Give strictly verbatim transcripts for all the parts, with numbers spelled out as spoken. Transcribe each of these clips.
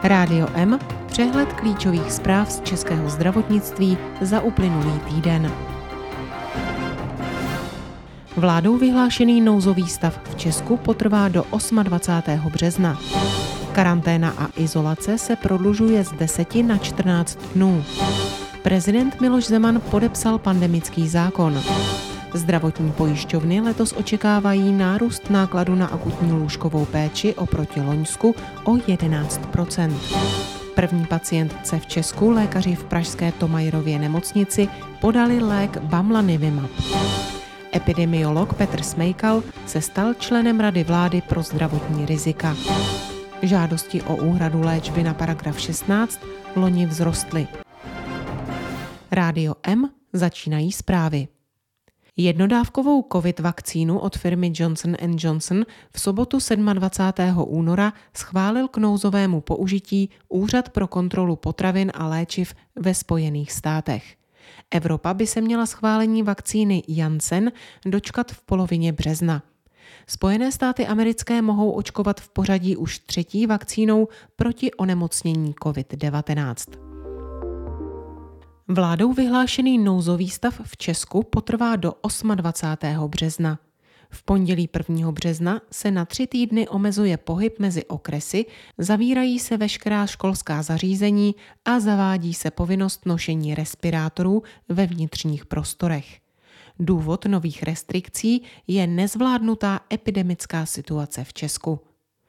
Rádio M, přehled klíčových zpráv z českého zdravotnictví za uplynulý týden. Vládou vyhlášený nouzový stav v Česku potrvá do dvacátého osmého března. Karanténa a izolace se prodlužuje z deseti na čtrnáct dnů. Prezident Miloš Zeman podepsal pandemický zákon. Zdravotní pojišťovny letos očekávají nárůst nákladu na akutní lůžkovou péči oproti loňsku o jedenáct procent. První pacientce v Česku lékaři v pražské Thomayerově nemocnici podali lék Bamlanivimab. Epidemiolog Petr Smejkal se stal členem Rady vlády pro zdravotní rizika. Žádosti o úhradu léčby na paragraf šestnáct loni vzrostly. Rádio M, začínají zprávy. Jednodávkovou covid vakcínu od firmy Johnson and Johnson v sobotu dvacátého sedmého února schválil k nouzovému použití Úřad pro kontrolu potravin a léčiv ve Spojených státech. Evropa by se měla schválení vakcíny Janssen dočkat v polovině března. Spojené státy americké mohou očkovat v pořadí už třetí vakcínou proti onemocnění covid devatenáct. Vládou vyhlášený nouzový stav v Česku potrvá do dvacátého osmého března. V pondělí prvního března se na tři týdny omezuje pohyb mezi okresy, zavírají se veškerá školská zařízení a zavádí se povinnost nošení respirátorů ve vnitřních prostorech. Důvod nových restrikcí je nezvládnutá epidemická situace v Česku.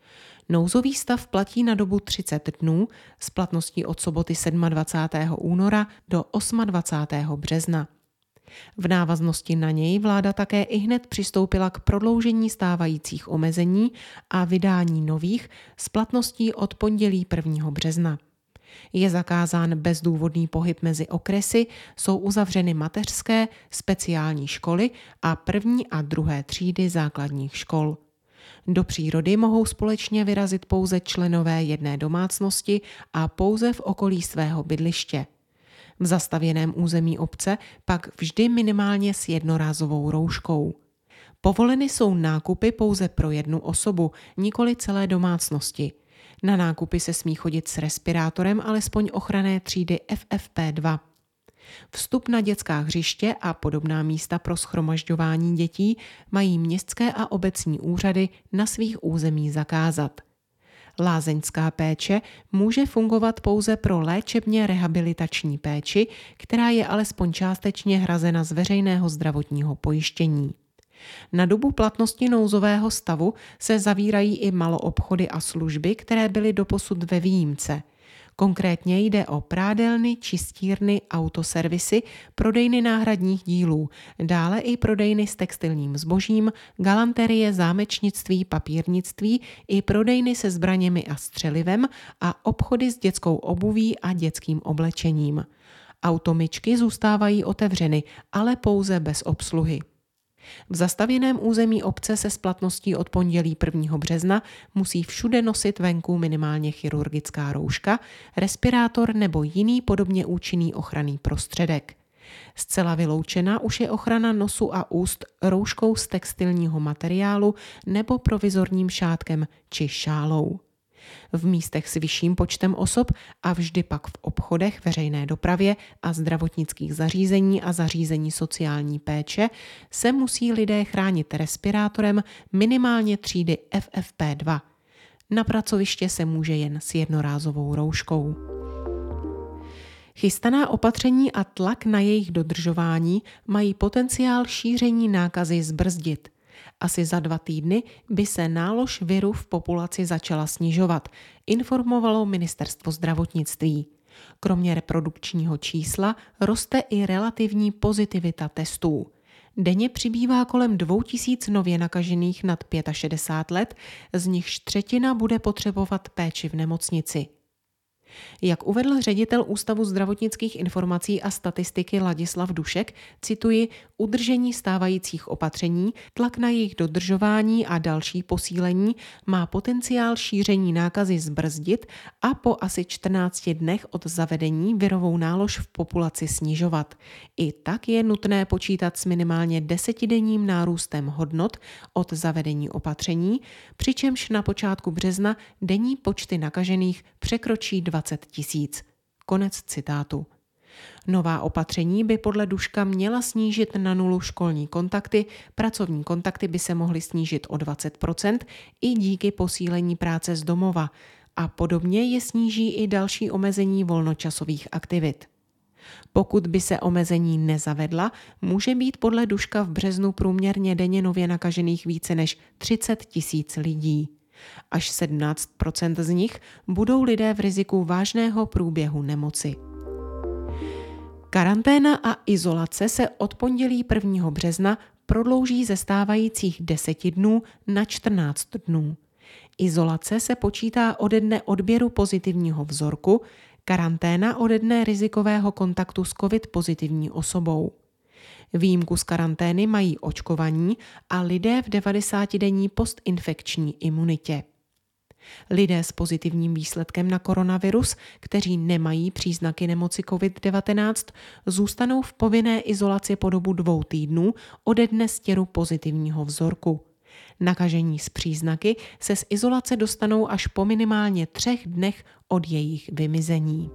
Nouzový stav platí na dobu třicet dnů s platností od soboty dvacátého sedmého února do dvacátého osmého března. V návaznosti na něj vláda také ihned přistoupila k prodloužení stávajících omezení a vydání nových s platností od pondělí prvního března. Je zakázán bezdůvodný pohyb mezi okresy, jsou uzavřeny mateřské, speciální školy a první a druhé třídy základních škol. Do přírody mohou společně vyrazit pouze členové jedné domácnosti a pouze v okolí svého bydliště. V zastavěném území obce pak vždy minimálně s jednorázovou rouškou. Povoleny jsou nákupy pouze pro jednu osobu, nikoli celé domácnosti. Na nákupy se smí chodit s respirátorem alespoň ochranné třídy F F P dva. Vstup na dětská hřiště a podobná místa pro shromažďování dětí mají městské a obecní úřady na svých území zakázat. Lázeňská péče může fungovat pouze pro léčebně rehabilitační péči, která je alespoň částečně hrazena z veřejného zdravotního pojištění. Na dobu platnosti nouzového stavu se zavírají i maloobchody a služby, které byly doposud ve výjimce. Konkrétně jde o prádelny, čistírny, autoservisy, prodejny náhradních dílů, dále i prodejny s textilním zbožím, galanterie, zámečnictví, papírnictví i prodejny se zbraněmi a střelivem a obchody s dětskou obuví a dětským oblečením. Automyčky zůstávají otevřeny, ale pouze bez obsluhy. V zastavěném území obce se splatností od pondělí prvního března musí všude nosit venku minimálně chirurgická rouška, respirátor nebo jiný podobně účinný ochranný prostředek. Zcela vyloučena už je ochrana nosu a úst rouškou z textilního materiálu nebo provizorním šátkem či šálou. V místech s vyšším počtem osob a vždy pak v obchodech, veřejné dopravě a zdravotnických zařízení a zařízení sociální péče se musí lidé chránit respirátorem minimálně třídy F F P dva. Na pracoviště se může jen s jednorázovou rouškou. Chystaná opatření a tlak na jejich dodržování mají potenciál šíření nákazy zbrzdit. Asi za dva týdny by se nálož viru v populaci začala snižovat, informovalo Ministerstvo zdravotnictví. Kromě reprodukčního čísla roste i relativní pozitivita testů. Denně přibývá kolem dvou tisíc nově nakažených nad šedesát pět let, z nichž třetina bude potřebovat péči v nemocnici. Jak uvedl ředitel Ústavu zdravotnických informací a statistiky Ladislav Dušek, cituji, udržení stávajících opatření, tlak na jejich dodržování a další posílení má potenciál šíření nákazy zbrzdit a po asi čtrnácti dnech od zavedení virovou nálož v populaci snižovat. I tak je nutné počítat s minimálně desetidenním nárůstem hodnot od zavedení opatření, přičemž na počátku března denní počty nakažených překročí dvacet tisíc. Konec citátu. Nová opatření by podle Duška měla snížit na nulu školní kontakty, pracovní kontakty by se mohly snížit o dvacet procent i díky posílení práce z domova a podobně je sníží i další omezení volnočasových aktivit. Pokud by se omezení nezavedla, může být podle Duška v březnu průměrně denně nově nakažených více než třicet tisíc lidí. Až sedmnáct procent z nich budou lidé v riziku vážného průběhu nemoci. Karanténa a izolace se od pondělí prvního března prodlouží ze stávajících deseti dnů na čtrnáct dnů. Izolace se počítá ode dne odběru pozitivního vzorku, karanténa ode dne rizikového kontaktu s covid pozitivní osobou. Výjimku z karantény mají očkovaní a lidé v devadesátidenní postinfekční imunitě. Lidé s pozitivním výsledkem na koronavirus, kteří nemají příznaky nemoci covid devatenáct, zůstanou v povinné izolaci po dobu dvou týdnů ode dne stěru pozitivního vzorku. Nakažení s příznaky se z izolace dostanou až po minimálně třech dnech od jejich vymizení.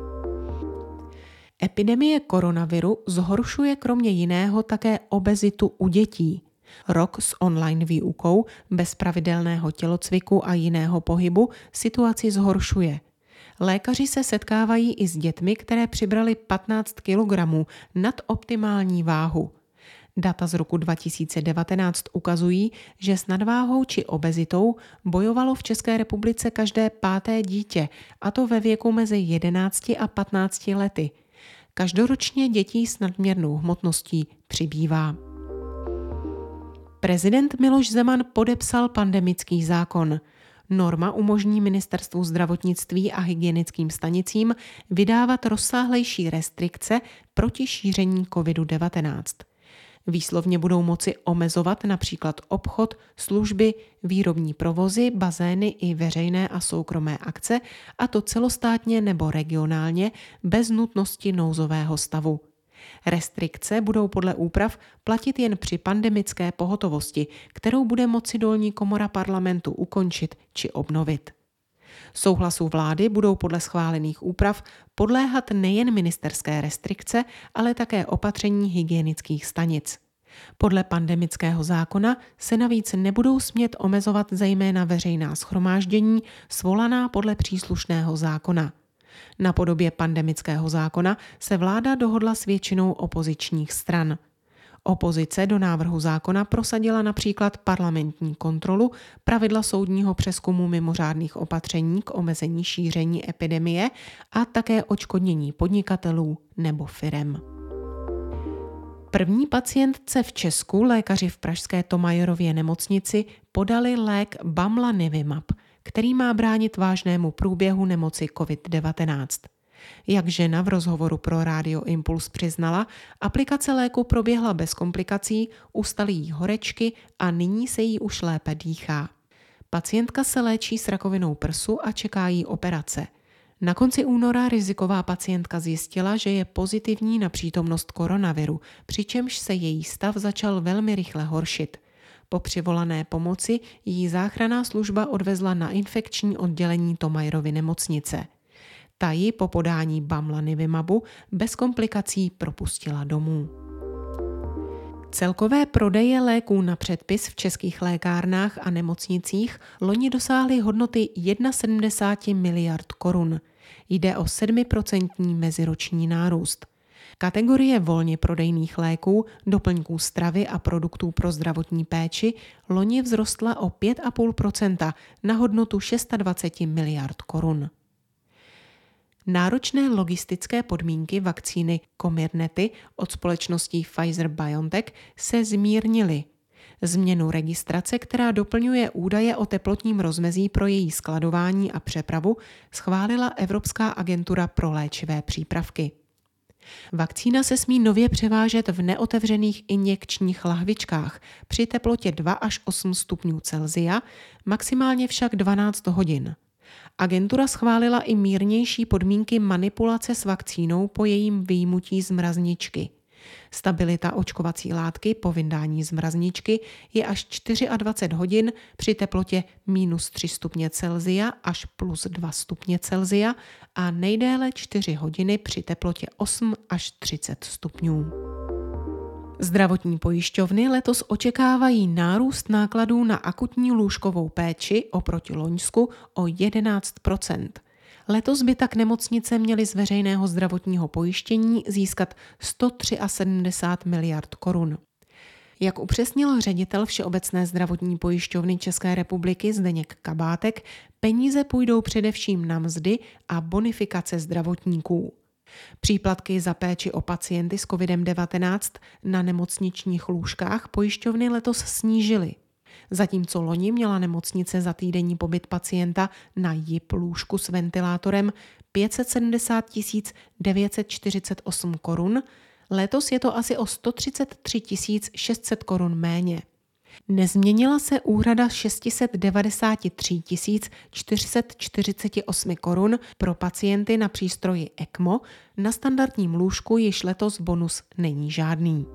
Epidemie koronaviru zhoršuje kromě jiného také obezitu u dětí. Rok s online výukou, bez pravidelného tělocviku a jiného pohybu situaci zhoršuje. Lékaři se setkávají i s dětmi, které přibrali patnáct kilogramů nad optimální váhu. Data z roku dva tisíce devatenáct ukazují, že s nadváhou či obezitou bojovalo v České republice každé páté dítě, a to ve věku mezi jedenácti a patnácti lety. Každoročně dětí s nadměrnou hmotností přibývá. Prezident Miloš Zeman podepsal pandemický zákon. Norma umožní Ministerstvu zdravotnictví a hygienickým stanicím vydávat rozsáhlejší restrikce proti šíření covid devatenáct. Výslovně budou moci omezovat například obchod, služby, výrobní provozy, bazény i veřejné a soukromé akce, a to celostátně nebo regionálně bez nutnosti nouzového stavu. Restrikce budou podle úprav platit jen při pandemické pohotovosti, kterou bude moci dolní komora parlamentu ukončit či obnovit. Souhlasu vlády budou podle schválených úprav podléhat nejen ministerské restrikce, ale také opatření hygienických stanic. Podle pandemického zákona se navíc nebudou smět omezovat zejména veřejná shromáždění svolaná podle příslušného zákona. Na podobě pandemického zákona se vláda dohodla s většinou opozičních stran. Opozice do návrhu zákona prosadila například parlamentní kontrolu, pravidla soudního přezkumu mimořádných opatření k omezení šíření epidemie a také odškodnění podnikatelů nebo firem. První pacientce v Česku lékaři v pražské Thomayerově nemocnici podali lék Bamlanivimab, který má bránit vážnému průběhu nemoci covid devatenáct. Jak žena v rozhovoru pro Rádio Impuls přiznala, aplikace léku proběhla bez komplikací, ustaly jí horečky a nyní se jí už lépe dýchá. Pacientka se léčí s rakovinou prsu a čeká jí operace. Na konci února riziková pacientka zjistila, že je pozitivní na přítomnost koronaviru, přičemž se její stav začal velmi rychle horšit. Po přivolané pomoci jí záchranná služba odvezla na infekční oddělení Thomayerovy nemocnice. Ta ji po podání Bamlanivimabu bez komplikací propustila domů. Celkové prodeje léků na předpis v českých lékárnách a nemocnicích loni dosáhly hodnoty sedmdesát jedna miliard korun. Jde o sedmiprocentní meziroční nárůst. Kategorie volně prodejných léků, doplňků stravy a produktů pro zdravotní péči loni vzrostla o pět celá pět procenta na hodnotu dvacet šest miliard korun. Náročné logistické podmínky vakcíny Comirnaty od společností Pfizer-BioNTech se zmírnily. Změnu registrace, která doplňuje údaje o teplotním rozmezí pro její skladování a přepravu, schválila Evropská agentura pro léčivé přípravky. Vakcína se smí nově převážet v neotevřených injekčních lahvičkách při teplotě dva až osm stupňů Celsia, maximálně však dvanáct hodin. Agentura schválila i mírnější podmínky manipulace s vakcínou po jejím vyjmutí z mrazničky. Stabilita očkovací látky po vyndání z mrazničky je až dvacet čtyři hodin při teplotě minus tři stupně Celsia až plus dva stupně Celsia a nejdéle čtyři hodiny při teplotě osm až třicet stupňů. Zdravotní pojišťovny letos očekávají nárůst nákladů na akutní lůžkovou péči oproti loňsku o jedenáct procent. Letos by tak nemocnice měly z veřejného zdravotního pojištění získat sto sedmdesát tři miliard korun. Jak upřesnil ředitel Všeobecné zdravotní pojišťovny České republiky Zdeněk Kabátek, peníze půjdou především na mzdy a bonifikace zdravotníků. Příplatky za péči o pacienty s kovidem devatenáct na nemocničních lůžkách pojišťovny letos snížily. Zatímco loni měla nemocnice za týdenní pobyt pacienta na J I P lůžku s ventilátorem pět set sedmdesát tisíc devět set čtyřicet osm korun, letos je to asi o sto třicet tři tisíc šest set korun méně. Nezměnila se úhrada šest set devadesát tři tisíc čtyři sta čtyřicet osm korun pro pacienty na přístroji E C M O, na standardním lůžku již letos bonus není žádný.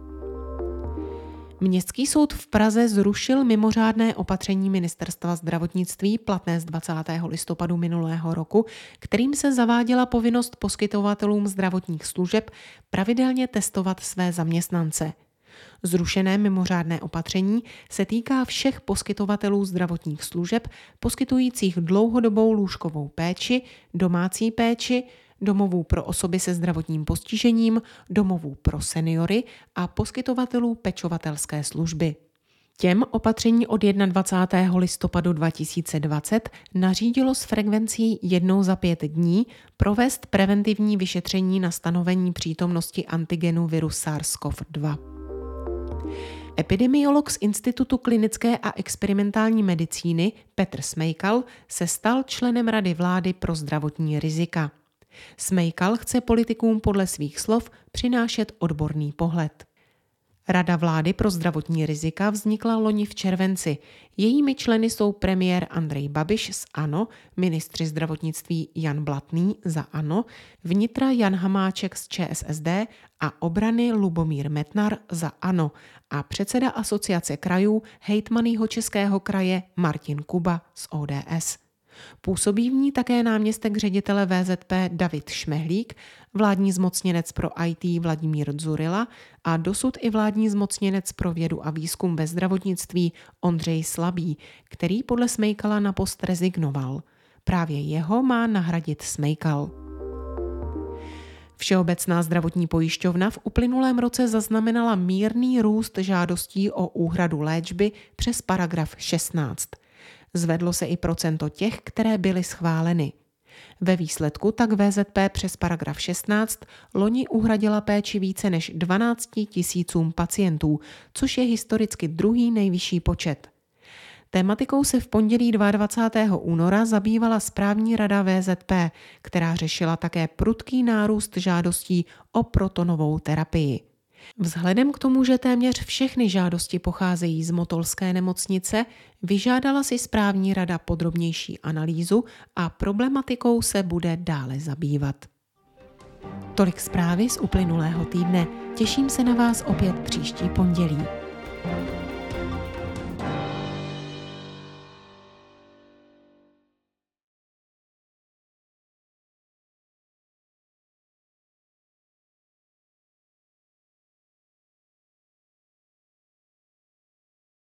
Městský soud v Praze zrušil mimořádné opatření Ministerstva zdravotnictví platné z dvacátého listopadu minulého roku, kterým se zaváděla povinnost poskytovatelům zdravotních služeb pravidelně testovat své zaměstnance. Zrušené mimořádné opatření se týká všech poskytovatelů zdravotních služeb poskytujících dlouhodobou lůžkovou péči, domácí péči, domovů pro osoby se zdravotním postižením, domovů pro seniory a poskytovatelů pečovatelské služby. Těm opatření od dvacátého prvního listopadu dva tisíce dvacet nařídilo s frekvencí jednou za pět dní provést preventivní vyšetření na stanovení přítomnosti antigenu viru SARS-C o V dva. Epidemiolog z Institutu klinické a experimentální medicíny Petr Smejkal se stal členem Rady vlády pro zdravotní rizika. Smejkal chce politikům podle svých slov přinášet odborný pohled. Rada vlády pro zdravotní rizika vznikla loni v červenci. Jejími členy jsou premiér Andrej Babiš z ANO, ministři zdravotnictví Jan Blatný za ANO, vnitra Jan Hamáček z ČSSD a obrany Lubomír Metnar za ANO a předseda Asociace krajů hejtman Jihočeského kraje Martin Kuba z O D S. Působí v ní také náměstek ředitele V Z P David Šmehlík, vládní zmocněnec pro I T Vladimír Dzurilla a dosud i vládní zmocněnec pro vědu a výzkum ve zdravotnictví Ondřej Slabý, který podle Smejkala na post rezignoval. Právě jeho má nahradit Smejkal. Všeobecná zdravotní pojišťovna v uplynulém roce zaznamenala mírný růst žádostí o úhradu léčby přes paragraf šestnáct. Zvedlo se i procento těch, které byly schváleny. Ve výsledku tak V Z P přes paragraf šestnáct loni uhradila péči více než dvanácti tisícům pacientů, což je historicky druhý nejvyšší počet. Tématikou se v pondělí dvacátého druhého února zabývala správní rada V Z P, která řešila také prudký nárůst žádostí o protonovou terapii. Vzhledem k tomu, že téměř všechny žádosti pocházejí z motolské nemocnice, vyžádala si správní rada podrobnější analýzu a problematikou se bude dále zabývat. Tolik zprávy z uplynulého týdne. Těším se na vás opět příští pondělí.